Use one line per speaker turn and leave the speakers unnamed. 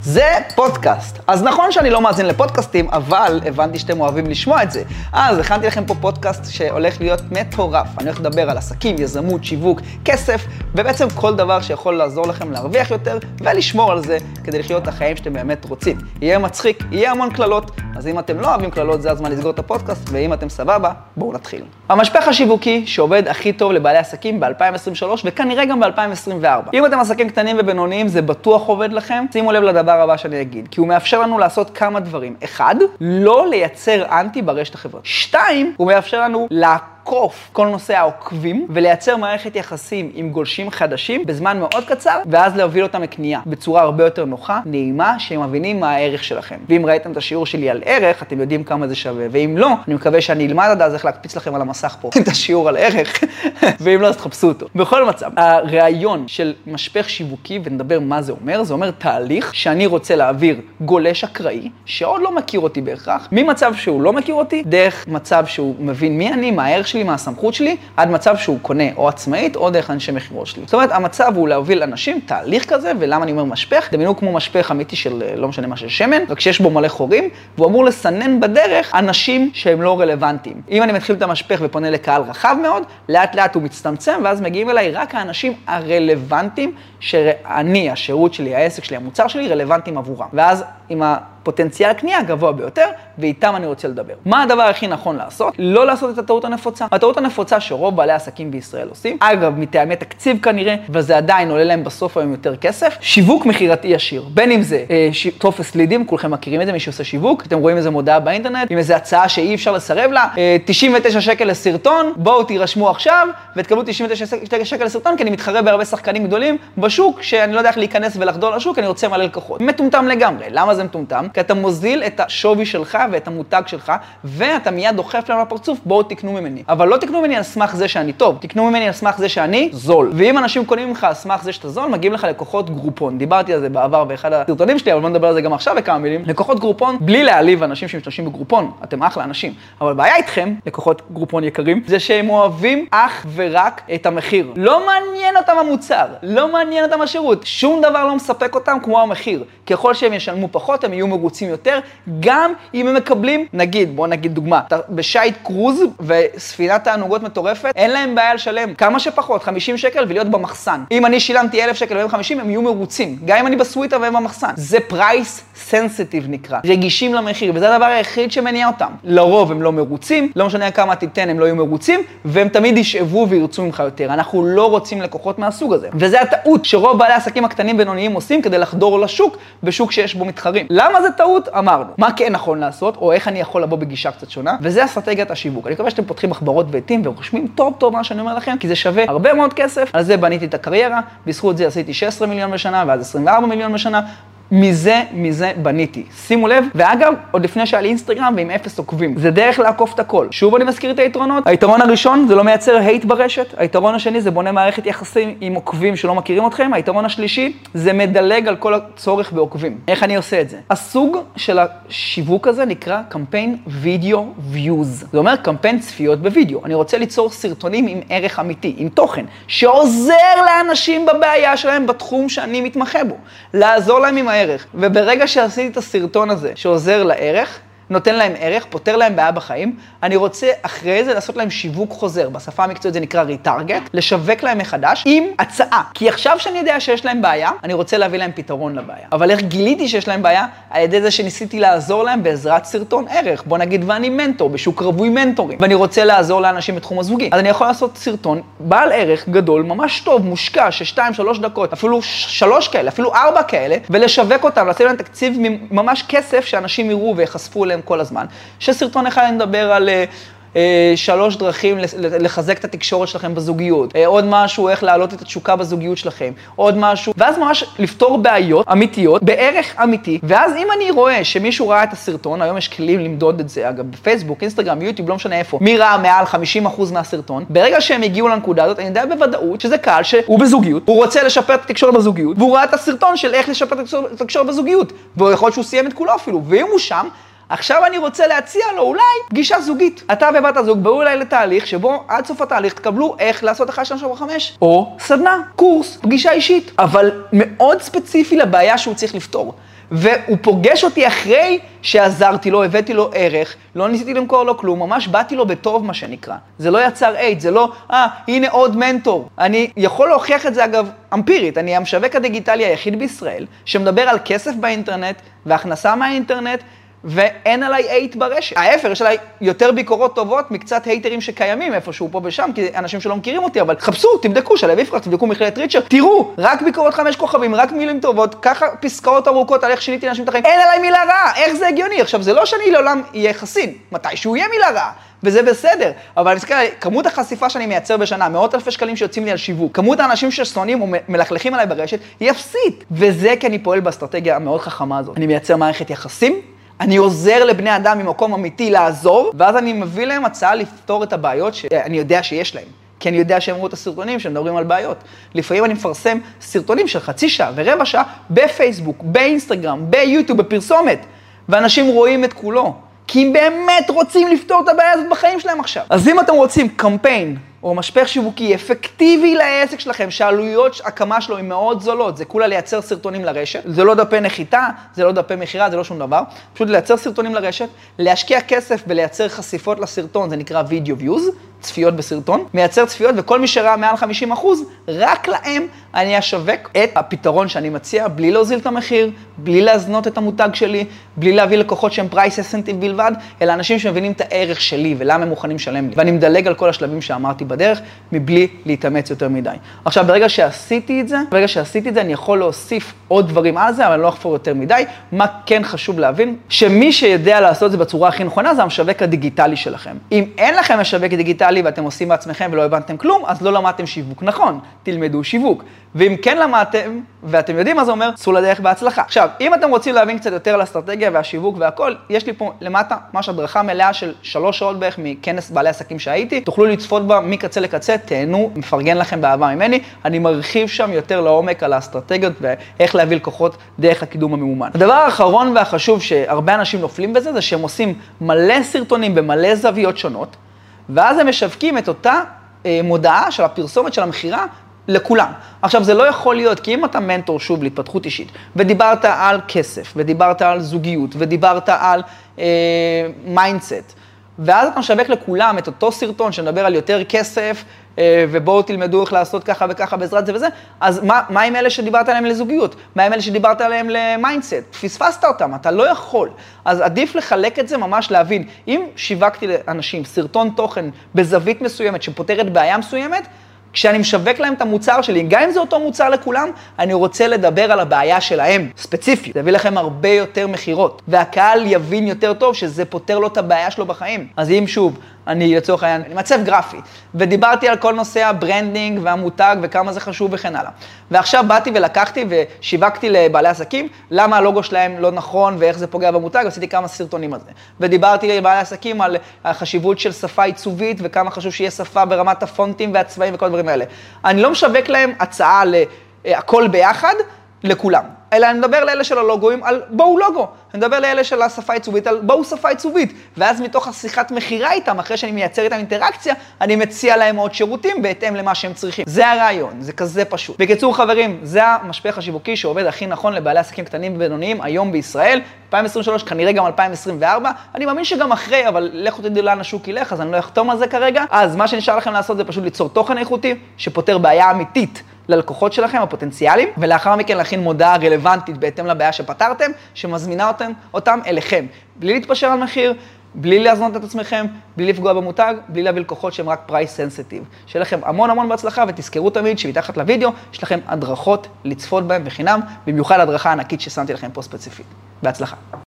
זה פודקאסט. אז נכון שאני לא מאזין לפודקאסטים, אבל הבנתי שאתם אוהבים לשמוע את זה. אז הכנתי לכם פה פודקאסט שהולך להיות מטורף. אני הולך לדבר על עסקים, יזמות, שיווק, כסף, ובעצם כל דבר שיכול לעזור לכם להרוויח יותר ולשמור על זה כדי לחיות את החיים שאתם באמת רוצים. יהיה מצחיק, יהיה המון כללות, אז אם אתם לא אוהבים כללות, זה הזמן לסגור את הפודקאסט, ואם אתם סבבה, בואו נתחיל. המשפך השיווקי שעובד הכי טוב לבעלי עסקים ב-2023 וכנראה גם ב-2024. אם אתם עסקים קטנים ובינוניים, זה בטוח עובד לכם. שימו לב לדבר הבא שאני אגיד, כי הוא מאפשר לנו לעשות כמה דברים. 1, לא לייצר אנטי ברשת החברתית. 2, הוא מאפשר לנו לעקוף כל נושא העוקבים ולייצר מערכת יחסים עם גולשים חדשים בזמן מאוד קצר, ואז להוביל אותם לקנייה בצורה הרבה יותר נוחה, נעימה, שהם מבינים מה הערך שלכם. ואם ראיתם את השיעור שלי על ערך, אתם יודעים כמה זה שווה. ואם לא, אני מקווה שאני אלמד עד אז איך להקפיץ לכם על המסך פה את השיעור על ערך, ואם לא, אז תחפשו אותו. בכל מצב, הרעיון של משפך שיווקי, ונדבר מה זה אומר תהליך שאני רוצה להעביר גולש אקראי, שעוד לא מכיר אותי בהכרח, ממצב שהוא לא מכיר אותי, דרך מצב שהוא מבין מי אני, מה הערך שלי, מה הסמכות שלי, עד מצב שהוא קונה או עצמאית, או דרך אנשי מחירות שלי. זאת אומרת, המצב הוא להוביל אנשים, תהליך כזה, ולמה אני אומר משפך? דמיינו כמו משפך אמיתי של, לא משנה מה, של שמן, רק שיש בו מלא חורים, והוא אמור לסנן בדרך אנשים שהם לא רלוונטיים. אם אני מתחיל את המשפך ופונה לקהל רחב מאוד, לאט לאט הוא מצטמצם, ואז מגיעים אליי רק האנשים הרלוונטיים שאני, השירות שלי, העסק שלי, המוצר שלי, רלוונטיים עבורם. ואז עם הפוטנציאל קנייה הגבוה ביותר, ואיתם אני רוצה לדבר. מה הדבר הכי נכון לעשות? לא לעשות את הטעות הנפוצה. הטעות הנפוצה שרוב בעלי עסקים בישראל עושים, אגב, מטעמי תקציב כנראה, וזה עדיין עולה להם בסוף היום יותר כסף, שיווק מכירתי ישיר. בין אם זה טופס לידים, כולכם מכירים את זה, מי שעושה שיווק, אתם רואים איזה מודעה באינטרנט, עם איזו הצעה שאי אפשר לסרב לה, 99 שקל לסרטון, בואו תירשמו עכשיו, ותקבלו 99 שקל לסרטון, כי אני מתחרה בהרבה שחקנים גדולים בשוק, שאני לא יודע איך להיכנס ולחדור לשוק, אני רוצה מלא לקוחות. מטומטם לגמרי. למה זה מטומטם? כי אתה מוזיל את השווי שלך ואת המותג שלך, ואתה מיד דוחף להם לפרצוף, בואו תקנו ממני. אבל לא תקנו ממני על סמך זה שאני טוב, תקנו ממני על סמך זה שאני זול. ואם אנשים קונים ממך על סמך זה שאתה זול, מגיעים לך לקוחות גרופון. דיברתי על זה בעבר באחד הסרטונים שלי, אבל לא נדבר על זה גם עכשיו בכמה מילים. לקוחות גרופון, בלי להעליב אנשים שמשתמשים בגרופון, אתם אחלה אנשים. אבל בעיה איתכם, לקוחות גרופון יקרים, זה שהם אוהבים אך ורק את המחיר. לא מעניין אותם המוצר, לא מעניין אותם השירות. שום דבר לא מספק אותם כמו המחיר. ככל שהם ישלמו פחות, הם יהיו מרוצים יותר, גם אם הם מקבלים, בוא נגיד דוגמה, בשייט קרוז וספינת תענוגות מטורפת, אין להם בעיה לשלם כמה שפחות, 50 שקל ולהיות במחסן. אם אני שילמתי 1,000 שקל והם 50, הם יהיו מרוצים. גם אם אני בסוויטה והם במחסן. זה פרייס סנסיטיב נקרא. רגישים למחיר, וזה הדבר היחיד שמניע אותם. לרוב הם לא מרוצים, לא משנה כמה תיתן, הם לא יהיו מרוצים, והם תמיד ישאבו וירצו ממך יותר. אנחנו לא רוצים לקוחות מהסוג הזה. וזה הטעות שרוב בעלי העסקים הקטנים בינוניים עושים כדי לחדור לשוק, בשוק שיש בו מתחרים. למה זה טעות? אמרנו. מה כן נכון לעשות, או איך אני יכול לבוא בגישה קצת שונה, וזה אסטרטגיית השיווק. אני מקווה שאתם פותחים מחברות ועטים ורושמים טוב מה שאני אומר לכם, כי זה שווה הרבה מאוד כסף. על זה בניתי את הקריירה, בזכות זה עשיתי 16 מיליון בשנה, ואז 24 מיליון בשנה. מזה בניתי. שימו לב, ואגב, עוד לפני שהיה לי אינסטגרם ועם 0 עוקבים. זה דרך לעקוף את הכל. שוב אני מזכיר את היתרונות. היתרון הראשון זה לא מייצר הייט ברשת. היתרון השני זה בונה מערכת יחסים עם עוקבים שלא מכירים אתכם. היתרון השלישי זה מדלג על כל הצורך בעוקבים. איך אני עושה את זה? הסוג של השיווק הזה נקרא קמפיין וידאו ויוז. זה אומר קמפיין צפיות בווידאו. אני רוצה ליצור סרטונים עם ערך אמיתי, עם תוכן, שעוזר לאנשים בבעיה שלהם בתחום שאני מתמחה בו. לעזור להם עם הערך. וברגע שעשיתי את הסרטון הזה שעוזר לערך, נותן להם ערך, פותר להם בעיה בחיים, אני רוצה אחרי זה לעשות להם שיווק חוזר. בשפה המקצועית זה נקרא ריטרגט, לשווק להם מחדש עם הצעה. כי עכשיו שאני יודע שיש להם בעיה, אני רוצה להביא להם פתרון לבעיה. אבל איך גיליתי שיש להם בעיה? על ידי זה שניסיתי לעזור להם בעזרת סרטון ערך. בוא נגיד ואני מנטור, בשוק רווי מנטורים. ואני רוצה לעזור לאנשים בתחום הזוגי. אז אני יכול לעשות סרטון בעל ערך גדול, ממש טוב, מושקע, ש2-3 דקות, אפילו 3 כאלה, אפילו 4 כאלה, ולשווק אותם, לתת להם תקציב ממש כסף שאנשים יראו ויחשפו אליהם כל הזמן. שסרטון אחד נדבר על 3 דרכים לחזק את התקשורת שלכם בזוגיות, עוד משהו איך להעלות את התשוקה בזוגיות שלכם, עוד משהו, ואז ממש לפתור בעיות אמיתיות, בערך אמיתי, ואז אם אני רואה שמישהו ראה את הסרטון, היום יש כלים למדוד את זה, אגב, בפייסבוק, אינסטגרם, יוטיוב, לא משנה איפה, מי ראה מעל 50% מהסרטון, ברגע שהם הגיעו לנקודה הזאת, אני יודע בוודאות שזה קהל שהוא בזוגיות, הוא רוצה לשפר את התקשורת בזוגיות, והוא ראה את הסרטון של איך לשפר את התקשורת בזוגיות, והוא יכול שהוא סיים את כולו אפילו, ואם הוא שם, עכשיו אני רוצה להציע לו אולי פגישה זוגית. אתה ובת הזוג באו אליי לתהליך שבו עד סוף התהליך תקבלו איך לעשות 1, 2, 3, 4, 5 או סדנה, קורס, פגישה אישית, אבל מאוד ספציפי לבעיה שהוא צריך לפתור. והוא פוגש אותי אחרי שעזרתי לו, הבאתי לו ערך, לא ניסיתי למכור לו כלום, ממש באתי לו בטוב מה שנקרא. זה לא יצר אייד, זה לא, הנה עוד מנטור. אני יכול להוכיח את זה אגב אמפירית, אני המשווק הדיגיטלי היחיד בישראל, שמדבר על כסף באינטרנט והכנסה מהאינטרנט, ואין עליי אייט ברשת. ההפך, יש עליי יותר ביקורות טובות מקצת הייטרים שקיימים איפשהו פה ושם, כי אנשים שלא מכירים אותי, אבל חפשו, תבדקו, שלב יפרח, תבדקו מכללת ריצ'רד, תראו, רק ביקורות 5 כוכבים, רק מילים טובות, ככה פסקאות ארוכות על איך שיניתי לאנשים את החיים, אין עליי מילה רעה, איך זה הגיוני? עכשיו, זה לא שאני לעולם יהיה חסין, מתישהו יהיה מילה רעה, וזה בסדר, אבל אני מסתכל על כמות החשיפה שאני מייצר בשנה, מאות אלפי שקלים שיוצאים לי על שיווק, כמות האנשים ששונאים או מלכלכים עליי ברשת, היא אפסית, וזה כי אני פועל באסטרטגיה המאוד חכמה הזאת. אני מייצר מערכת יחסים, אני עוזר לבני אדם ממקום אמיתי לעזור, ואז אני מביא להם הצעה לפתור את הבעיות שאני יודע שיש להם. כי אני יודע שהם ראו את הסרטונים שמדברים על בעיות. לפעמים אני מפרסם סרטונים של חצי שעה ורבע שעה בפייסבוק, באינסטגרם, ביוטיוב, בפרסומת, ואנשים רואים את כולו. כי הם באמת רוצים לפתור את הבעיה הזאת בחיים שלהם עכשיו. אז אם אתם רוצים קמפיין או משפך שיווקי אפקטיבי לעסק שלכם, שעלויות הקמה שלו הן מאוד זולות, זה כולה לייצר סרטונים לרשת, זה לא דפי נחיתה, זה לא דפי מחירה, זה לא שום דבר, פשוט לייצר סרטונים לרשת, להשקיע כסף ולייצר חשיפות לסרטון, זה נקרא video views, צפיות בסרטון, מייצר צפיות, וכל מי שראה מעל 50%, רק להם אני אשווק את הפתרון שאני מציע, בלי להוזיל את המחיר, בלי להזנות את המותג שלי, בלי להביא לקוחות שהם פרייס אסנטיב בלבד, אלא אנשים שמבינים את הערך שלי ולמה הם מוכנים לשלם לי. ואני מדלג על כל השלבים שאמרתי בדרך, מבלי להתאמץ יותר מדי. עכשיו, ברגע שעשיתי את זה, אני יכול להוסיף עוד דברים על זה, אבל אני לא אחפור יותר מדי. מה כן חשוב להבין? שמי שיודע לעשות זה בצורה הכי נכונה, זה המשווק הדיגיטלי שלכם. אם אין לכם משווק דיגיטלי ואתם עושים בעצמכם ולא הבנתם כלום, אז לא למדתם שיווק נכון, תלמדו שיווק. ואם כן למדתם, ואתם יודעים מה זה אומר, צאו לדרך בהצלחה. עכשיו, אם אתם רוצים להבין קצת יותר על האסטרטגיה והשיווק והכל, יש לי פה למטה ממש הדרכה מלאה של 3 שעות בערך מכנס בעלי עסקים שהייתי. תוכלו לצפות בה מקצה לקצה, תהנו, מפרגן לכם באהבה ממני. אני מרחיב שם יותר לעומק על האסטרטגיות ואיך להביא לקוחות דרך הקידום הממומן. הדבר האחרון והחשוב שהרבה אנשים נופלים בזה, זה שהם עושים מלא סרטונים במלא זוויות שונות, ואז הם משווקים את אותה מודעה של הפרסומת של המחירה לכולם. עכשיו, זה לא יכול להיות, כי אם אתה מנטור שוב להתפתחות אישית, ודיברת על כסף, ודיברת על זוגיות, ודיברת על מיינדסט, ואז אתה משווק לכולם את אותו סרטון שמדבר על יותר כסף, ובואו תלמדו איך לעשות ככה וככה בעזרת זה וזה, אז מה עם אלה שדיברת עליהם לזוגיות? מה עם אלה שדיברת עליהם למיינדסט? פספסת אותם, אתה לא יכול. אז עדיף לחלק את זה ממש להבין. אם שיווקתי לאנשים סרטון תוכן בזווית מסוימת שפותרת בעיה מסוימת, כשאני משווק להם את המוצר שלי, גם אם זה אותו מוצר לכולם, אני רוצה לדבר על הבעיה שלהם, ספציפית. זה יביא לכם הרבה יותר מחירות, והקהל יבין יותר טוב שזה פותר לו את הבעיה שלו בחיים. אז אם שוב, אני לצורך העניין, אני מעצב גרפי, ודיברתי על כל נושא הברנדינג והמותג וכמה זה חשוב וכן הלאה. ועכשיו באתי ולקחתי ושיווקתי לבעלי עסקים, למה הלוגו שלהם לא נכון ואיך זה פוגע במותג, עשיתי כמה סרטונים על זה. ודיברתי לבעלי עסקים על החשיבות של שפה עיצובית וכמה חשוב שיהיה שפה ברמת הפונטים והצבעים וכל הדברים האלה. אני לא משווק להם הצעה להכל ביחד לכולם. אלא אני מדבר לאלה של הלוגוים על בואו לוגו, אני מדבר לאלה של השפה עיצובית על בואו שפה עיצובית, ואז מתוך השיחת מחירה איתם, אחרי שאני מייצר איתם אינטראקציה, אני מציע להם עוד שירותים בהתאם למה שהם צריכים. זה הרעיון, זה כזה פשוט. בקיצור חברים, זה המשפך השיווקי שעובד הכי נכון לבעלי עסקים קטנים ובינוניים היום בישראל, 2023, כנראה גם 2024, אני מאמין שגם אחרי, אבל לכו תדעו לאן השוק ילך, אז אני לא אחתום על זה כרגע. אז מה שנשאר לכם לעשות זה פשוט ליצור תוכן איכותי, שפותר בעיה אמיתית ללקוחות שלכם, הפוטנציאליים, ולאחר מכן להכין מודעה רלוונטית בהתאם לבעיה שפתרתם, שמזמינה אותם אליכם, בלי להתפשר על מחיר, בלי להזנות את עצמכם, בלי לפגוע במותג, בלי להביא לקוחות שהם רק פרייס סנסיטיב. שיהיה לכם המון בהצלחה, ותזכרו תמיד שמתחת לוידאו יש לכם הדרכות לצפות בהם בחינם, במיוחד הדרכה ענקית ששמתי לכם פה ספציפית. בהצלחה.